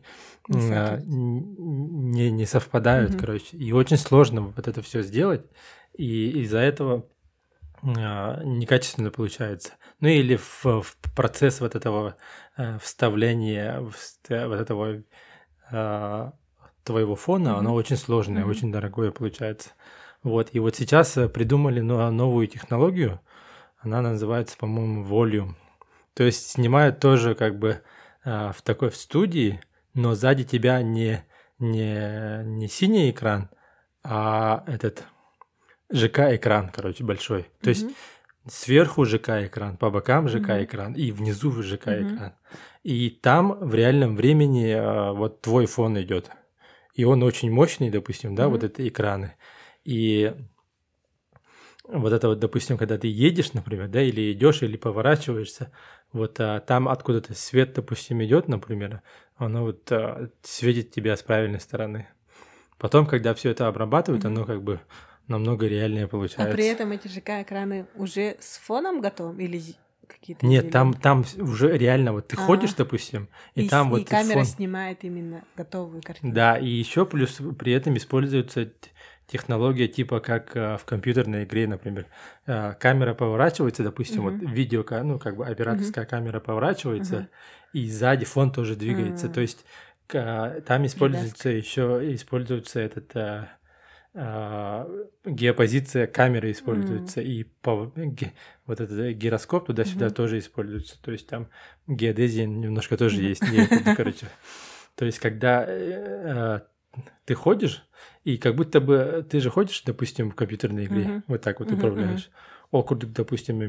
не совпадают, короче. И очень сложно вот это все сделать, и из-за этого некачественно получается. Ну или в процесс вот этого вставления вот этого твоего фона, оно очень сложное, очень дорогое получается. Вот. И вот сейчас придумали новую технологию, она называется, по-моему, Volume. То есть снимают тоже как бы в студии, но сзади тебя не синий экран, а этот ЖК-экран, короче, большой. То есть сверху ЖК-экран, по бокам ЖК-экран и внизу ЖК-экран. И там в реальном времени вот твой фон идет. И он очень мощный, допустим, да, вот это экраны. И вот это вот, допустим, когда ты едешь, например, да, или идешь, или поворачиваешься, вот там откуда-то свет, допустим, идет, например, оно вот светит тебя с правильной стороны. Потом, когда все это обрабатывают, оно как бы намного реальнее получается. А при этом эти ЖК-экраны уже с фоном готовы или какие-то? Нет, там уже реально вот ты ходишь, допустим, и там вот камера фон... снимает именно готовую картинку. Да, и еще плюс при этом используется технология типа как в компьютерной игре, например. Камера поворачивается, допустим, вот видео, ну как бы операторская камера поворачивается, и сзади фон тоже двигается. То есть там используется этот геопозиция камеры используется, и вот этот гироскоп туда-сюда тоже используется. То есть там геодезия немножко тоже есть. Короче. То есть когда ты ходишь, и как будто бы ты же ходишь, допустим, в компьютерной игре, вот так вот управляешь. Округ, допустим,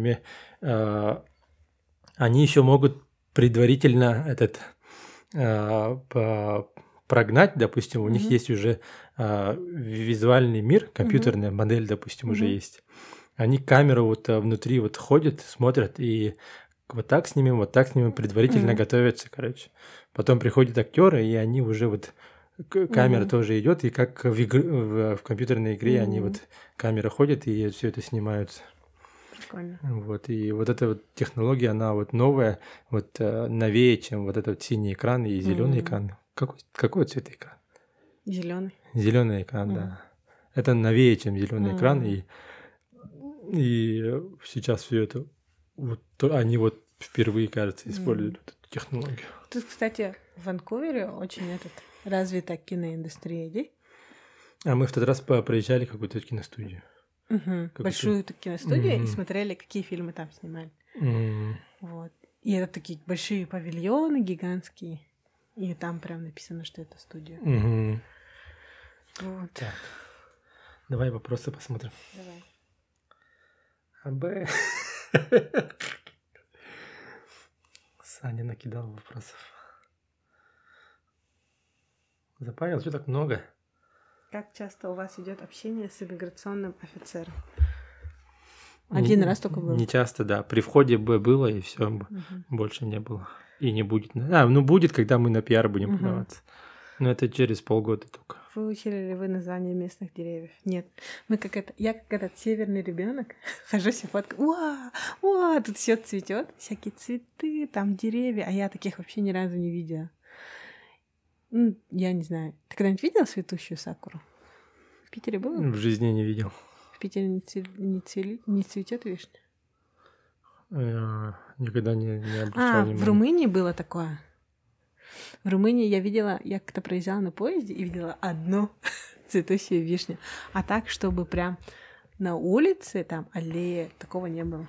они еще могут предварительно прогнать, допустим, у них есть уже визуальный мир, компьютерная модель, допустим, уже есть. Они камеру вот внутри вот ходят, смотрят, и вот так снимем предварительно готовятся, короче. Потом приходят актеры, и они уже вот камера тоже идет, и как в компьютерной игре они вот камера ходит, и все это снимаются. Прикольно. Вот, и вот эта вот технология, она вот новая, вот новее, чем вот этот синий экран и зеленый экран. Какой цвет экран? Зеленый. Зеленый экран, да. Это новее, чем зеленый экран, и сейчас все это вот, они вот впервые, кажется, используют эту технологию. Тут, кстати, в Ванкувере очень развита киноиндустрия, да? А мы в тот раз проезжали какую-то киностудию. Большую киностудию и смотрели, какие фильмы там снимали. Вот. И это такие большие павильоны гигантские. И там прям написано, что это студия. Вот. Так. Давай вопросы посмотрим. Давай. Саня накидал вопросов. Запарил, что так много? Как часто у вас идет общение с иммиграционным офицером? Один раз только было? Не часто, да. При входе было, и все, больше не было. И не будет. Будет, когда мы на пиар будем подаваться. Но это через полгода только. Выучили ли вы название местных деревьев? Нет. Я как этот северный ребенок, хожу себе фоткаю. Тут все цветет, всякие цветы, там деревья, а я таких вообще ни разу не видела. Я не знаю. Ты когда-нибудь видел цветущую сакуру? В Питере было? В жизни не видел. В Питере не цветет вишня? Я никогда не обращал внимания. В Румынии было такое. В Румынии я как-то проезжала на поезде и видела одну цветущую вишню. А так, чтобы прям на улице, там, аллея, такого не было.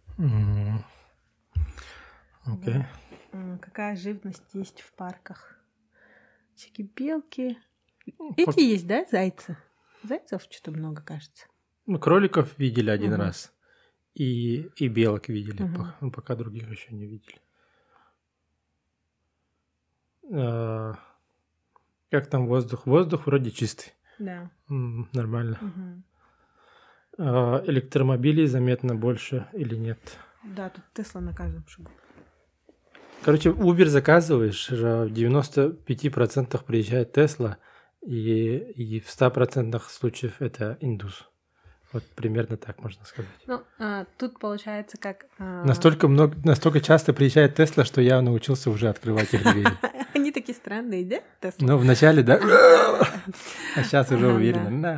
Окей. Какая живность есть в парках? Всякие белки. Эти есть, да, зайцы? Зайцев что-то много, кажется. Мы кроликов видели один раз. И белок видели. Пока других еще не видели. Как там воздух? Воздух вроде чистый. Да. Нормально. Электромобилей заметно больше или нет? Да, тут Тесла на каждом шагу. Короче, Uber заказываешь, в 95% приезжает Тесла, и в 100% случаев это индус. Вот примерно так можно сказать. Тут получается как... Настолько часто приезжает Тесла, что я научился уже открывать их двери. Они такие странные, да, Тесла? Ну, вначале, да. А сейчас уже уверенно.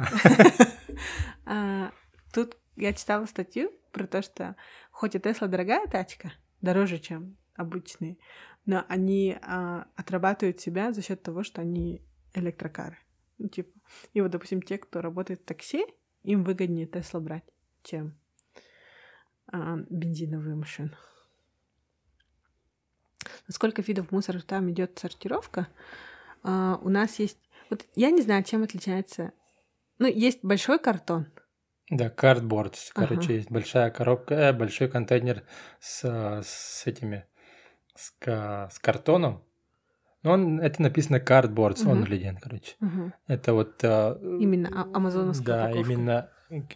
Тут я читала статью про то, что хоть и Тесла дорогая тачка, дороже, чем обычные, но они отрабатывают себя за счет того, что они электрокары. И вот, допустим, те, кто работает в такси, им выгоднее Тесла брать, чем бензиновую машину. Сколько видов мусора там идет сортировка? У нас есть... Вот я не знаю, чем отличается... есть большой картон, Да, cardboard. Короче, Ага. есть большая коробка, большой контейнер с этими, с картоном. Но это написано cardboards Мгм. only, короче. Мгм. Это вот, Именно амазоновская да, упаковка. именно,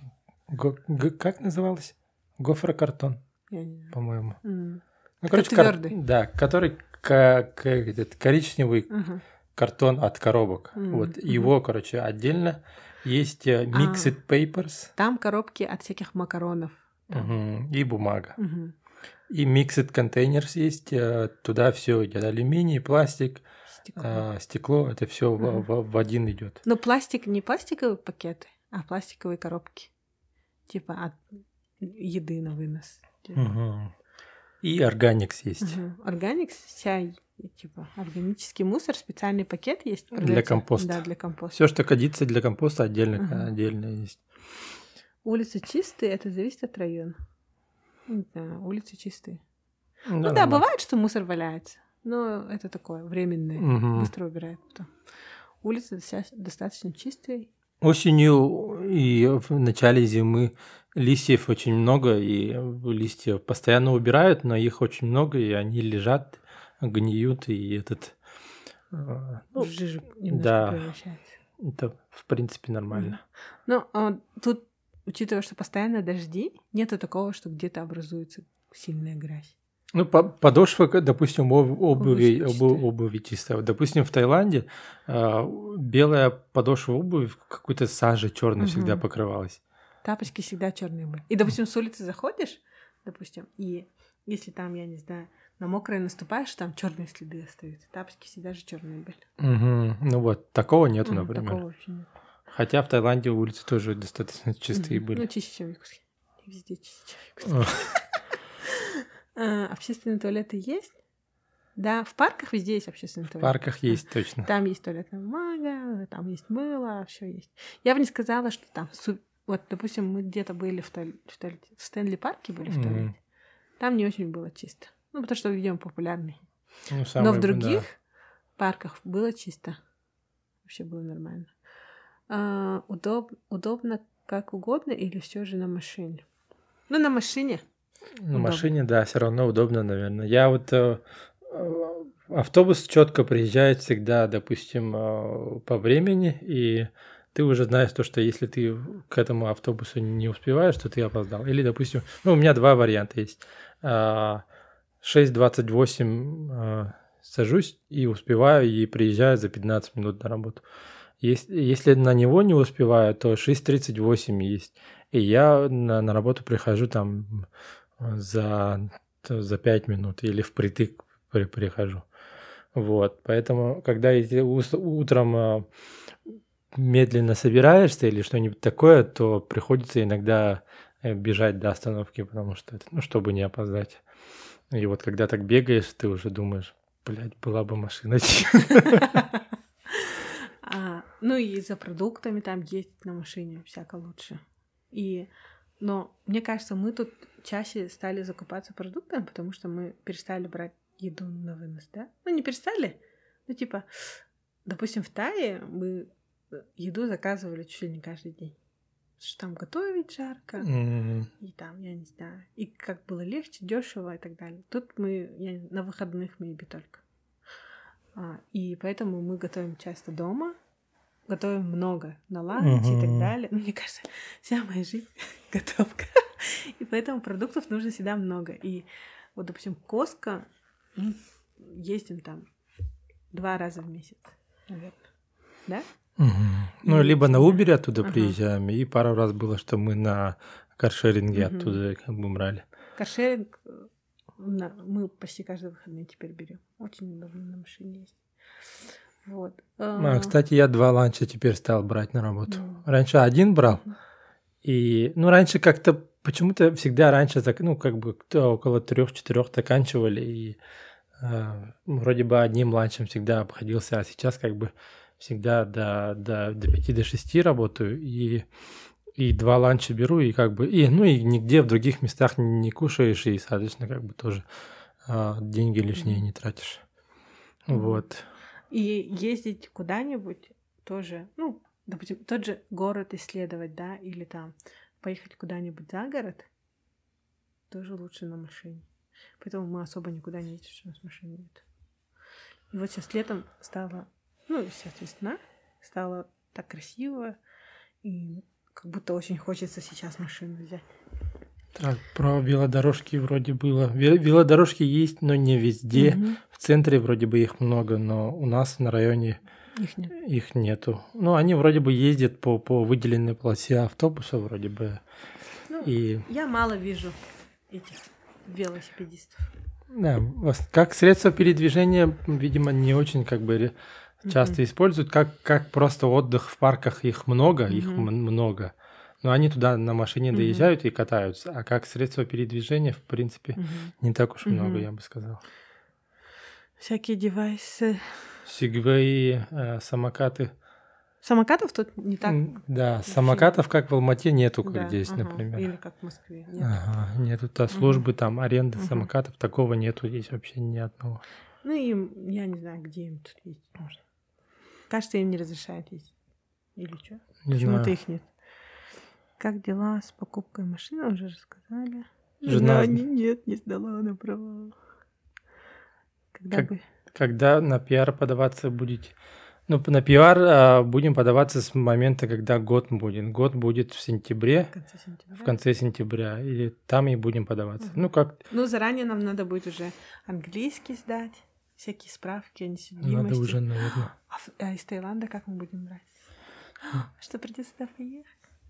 как называлось? Гофрокартон, Я не знаю. по-моему. М. Ну, Такой короче, твердый. да, который этот коричневый Ага. картон от коробок. Вот Мгм. его, короче, отдельно. Есть Mixed Papers Там коробки от всяких макаронов. Там. и бумага. Мгм. И Mixed Containers есть. Туда все идет. Алюминий, пластик, Стекло. стекло. Это все Ага. в один идет. Но пластик не пластиковые пакеты, а пластиковые коробки. Типа от еды на вынос. Мгм. И Organics есть. Органикс, вся типа органический мусор, специальный пакет есть. Для продается. компоста. Да, для компоста. Все, что годится для компоста, отдельно есть. Улицы чистые, это зависит от района. Да, улицы чистые. Ну, Ну да, нормально. бывает, что мусор валяется, но это такое временное, быстро убирают потом. Улицы достаточно чистые. Осенью и в начале зимы листьев очень много, и листья постоянно убирают, но их очень много, и они лежат, гниют, и этот... В жижу немножко да, превращается. это в принципе нормально. Ну, тут, учитывая, что постоянно дожди, нету такого, что где-то образуется сильная грязь. Ну, подошва, допустим, Обувь обуви чистая. Вот, допустим, в Таиланде белая подошва обуви в какой-то саже черной всегда покрывалась. Тапочки всегда черные были. И, допустим, с улицы заходишь, допустим, и если там, я не знаю, на мокрое наступаешь, там черные следы остаются. Тапочки всегда же черные были. Ну вот, такого нету, например. Такого вообще нет. Хотя в Таиланде улицы тоже достаточно чистые были. Ну, чище, чем в Якутске. Везде чище, чем в Якутске. Общественные туалеты есть? Да, в парках везде есть общественные туалеты. В парках есть, точно. Там есть туалетная бумага, там есть мыло, все есть. Я бы не сказала, что там... Вот, допустим, мы где-то были в Стэнли-парке были в туалете. Там не очень было чисто. Ну, потому что, видимо, популярный. Ну, но в других парках было чисто. Вообще было нормально. Удобно как угодно или все же на машине? Ну, на машине. На машине, да, все равно удобно, наверное. Я вот автобус четко приезжает всегда, допустим, по времени, и ты уже знаешь то, что если ты к этому автобусу не успеваешь, то ты опоздал. Или, допустим, ну, у меня два варианта есть. 6:28 сажусь и успеваю, и приезжаю за 15 минут на работу. Если на него не успеваю, то 6:38 есть. И я на работу прихожу там за 5 минут или впритык прихожу. Вот. Поэтому, когда утром медленно собираешься или что-нибудь такое, то приходится иногда бежать до остановки, потому что это, ну, чтобы не опоздать. И вот когда так бегаешь, ты уже думаешь, блядь, была бы машина. Ну и за продуктами там ездить на машине всяко лучше. Но мне кажется, мы тут чаще стали закупаться продуктами, потому что мы перестали брать еду на вынос, да? Ну, не перестали, ну, типа, допустим, в Тае мы еду заказывали чуть ли не каждый день. Потому что там готовить жарко, и там, я не знаю, и как было легче, дешево и так далее. Тут на выходных maybe только. И поэтому мы готовим часто дома, готовим много на ланч и так далее. Ну, мне кажется, вся моя жизнь — готовка. И поэтому продуктов нужно всегда много. И вот, допустим, Costco, ездим там 2 раза в месяц, наверное. Да? Ну, либо на Uber оттуда приезжаем, и пару раз было, что мы на каршеринге оттуда как бы брали. Каршеринг мы почти каждые выходные теперь берем. Очень удобно на машине есть. Вот. Кстати, я 2 ланча теперь стал брать на работу. Раньше 1 брал. И, ну, раньше как-то почему-то всегда раньше, ну, как бы около 3-4 заканчивали, и вроде бы 1 ланчем всегда обходился, а сейчас как бы всегда до 5-6 работаю, и 2 ланча беру, и как бы, ну, и нигде в других местах не кушаешь, и, соответственно, как бы тоже деньги лишние не тратишь. Вот. И ездить куда-нибудь тоже, ну, допустим, тот же город исследовать, да, или там поехать куда-нибудь за город, тоже лучше на машине. Поэтому мы особо никуда не едем, что у нас машины нет. И вот сейчас летом стало, сейчас весна, стало так красиво, и как будто очень хочется сейчас машину взять. Так, про велодорожки вроде было. Велодорожки есть, но не везде. В центре вроде бы их много, но у нас на районе их нету. Ну, они вроде бы ездят по выделенной полосе автобуса вроде бы. Я мало вижу этих велосипедистов. Да, как средство передвижения, видимо, не очень как бы часто используют. Как просто отдых в парках их много, но они туда на машине доезжают и катаются. А как средство передвижения, в принципе, не так уж много, я бы сказал. Всякие девайсы. Сегвеи, самокаты. Самокатов тут не так. Да, самокатов, как в Алмате, нету, как здесь, например. Или как в Москве. Нету службы, там, аренды самокатов, такого нету здесь вообще ни одного. Ну, я не знаю, где им тут ездить можно. Кажется, им не разрешают ездить. Или что? Почему-то их нет. Как дела с покупкой машины, уже рассказали. Жена не сдала на права. Когда на пиар подаваться будете? Ну, на пиар будем подаваться с момента, когда год будет. Год будет в сентябре. В конце сентября. И там и будем подаваться. Заранее нам надо будет уже английский сдать, всякие справки о несудимости. Надо уже, наверное. А из Таиланда как мы будем брать? Что, придется туда поехать?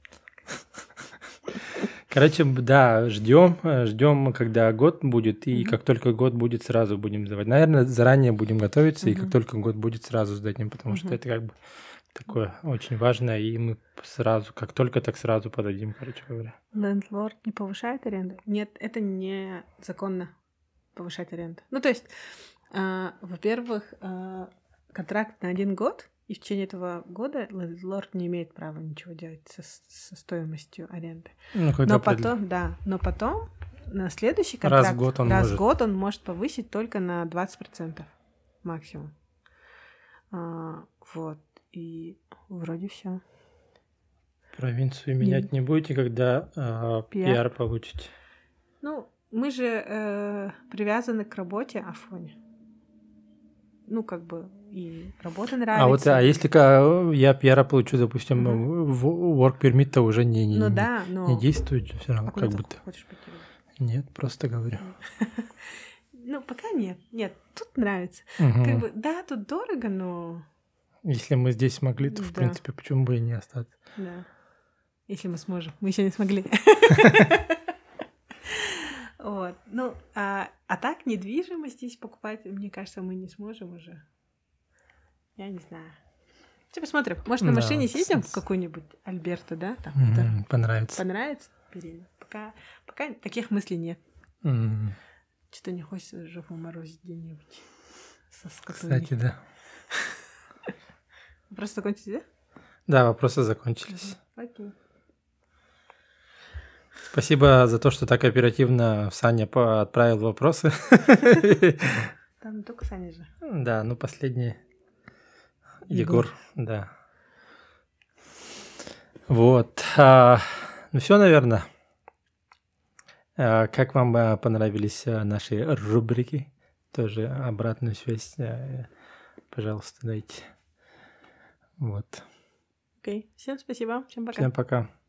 Короче, да, ждем, когда год будет, и как только год будет, сразу будем сдавать. Наверное, заранее будем готовиться, и как только год будет, сразу сдадим, потому что это как бы такое очень важное, и мы сразу, как только, так сразу подадим, короче говоря. Лендлорд не повышает аренду? Нет, это не законно повышать аренду. Ну, то есть, во-первых, контракт на 1 год, и в течение этого года лендлорд не имеет права ничего делать со стоимостью аренды. Но потом на следующий контракт раз в год он может повысить только на 20% максимум. Вот. И вроде все. Провинцию менять не будете, когда пиар получите? Ну, мы же привязаны к работе Афоне. Ну, как бы, и работа нравится. А если я пиара получу, допустим, work permit, то уже не действует же все равно, как будто. Нет, просто говорю. Ну, пока нет. Нет, тут нравится. Как бы, да, тут дорого, но... Если мы здесь смогли, то, в принципе, почему бы и не остаться? Да. Если мы сможем. Мы еще не смогли. Вот. Ну, а так недвижимость здесь покупать, мне кажется, мы не сможем уже. Я не знаю. Сейчас посмотрим. Может, на машине съездим в какую-нибудь Альберту, да? Там, понравится. Понравится? Бери. Пока таких мыслей нет. Что-то не хочется уже поморозить где-нибудь. Кстати, да. Вопросы закончились, да? Да, вопросы закончились. Окей. Спасибо за то, что так оперативно Саня отправил вопросы. Там не только Саня же. Да, последний Егор, да. Вот. Ну все, наверное. Как вам понравились наши рубрики? Тоже обратную связь, пожалуйста, дайте. Вот. Окей. Всем спасибо. Всем пока. Всем пока.